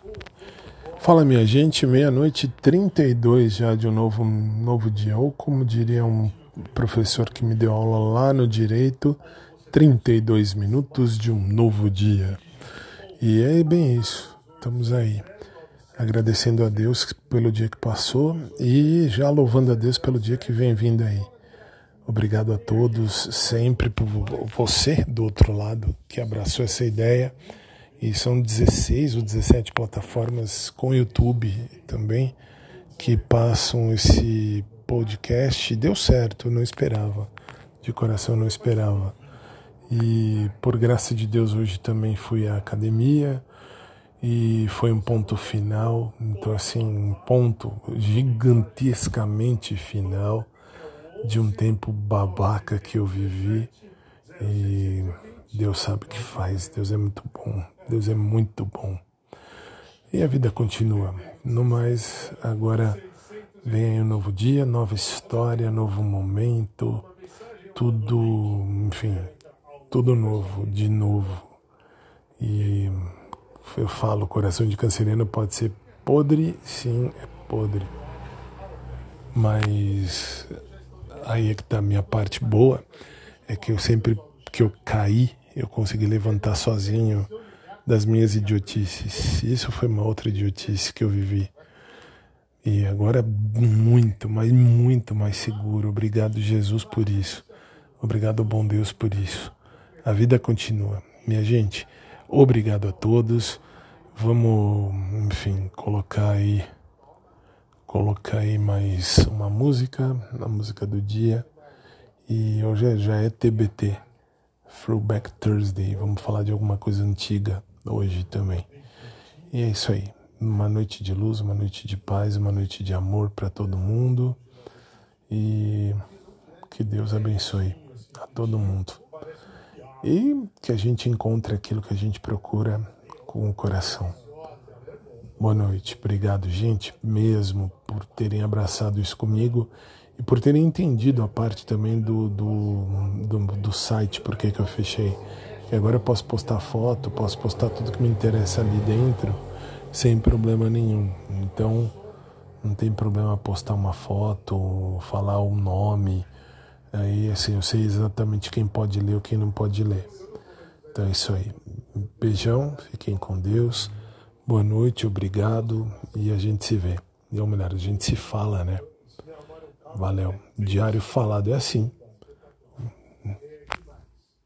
Fala, minha gente, 00:32 já de um novo dia, ou como diria um professor que me deu aula lá no direito, 32 minutos de um novo dia. E é bem isso, estamos aí, agradecendo a Deus pelo dia que passou e já louvando a Deus pelo dia que vem vindo aí. Obrigado a todos, sempre por você do outro lado que abraçou essa ideia. E são 16 ou 17 plataformas com YouTube também que passam esse podcast. Deu certo, eu não esperava, de coração não esperava. E por graça de Deus hoje também fui à academia e foi um ponto final, então assim, um ponto gigantescamente final de um tempo babaca que eu vivi. E Deus sabe o que faz, Deus é muito bom, Deus é muito bom. E a vida continua. No mais, agora vem aí um novo dia, nova história, novo momento, tudo, enfim, tudo novo, de novo. E eu falo, coração de canceriano pode ser podre, sim, é podre. Mas aí é que tá a minha parte boa, é que eu sempre que eu caí, eu consegui levantar sozinho das minhas idiotices. Isso foi uma outra idiotice que eu vivi. E agora muito mais seguro. Obrigado, Jesus, por isso. Obrigado, bom Deus, por isso. A vida continua. Minha gente, obrigado a todos. Vamos, enfim, colocar aí mais uma música, a música do dia. E hoje já é TBT, Throwback Thursday. Vamos falar de alguma coisa antiga hoje também. E é isso aí. Uma noite de luz, uma noite de paz, uma noite de amor para todo mundo. E que Deus abençoe a todo mundo. E que a gente encontre aquilo que a gente procura com o coração. Boa noite. Obrigado, gente, mesmo por terem abraçado isso comigo e por terem entendido a parte também do site, por que eu fechei. E agora eu posso postar foto, posso postar tudo que me interessa ali dentro, sem problema nenhum. Então, não tem problema postar uma foto, falar o nome. Aí, assim, eu sei exatamente quem pode ler ou quem não pode ler. Então é isso aí. Beijão, fiquem com Deus. Boa noite, obrigado. E a gente se vê. Ou melhor, a gente se fala, né? Valeu. Diário falado é assim.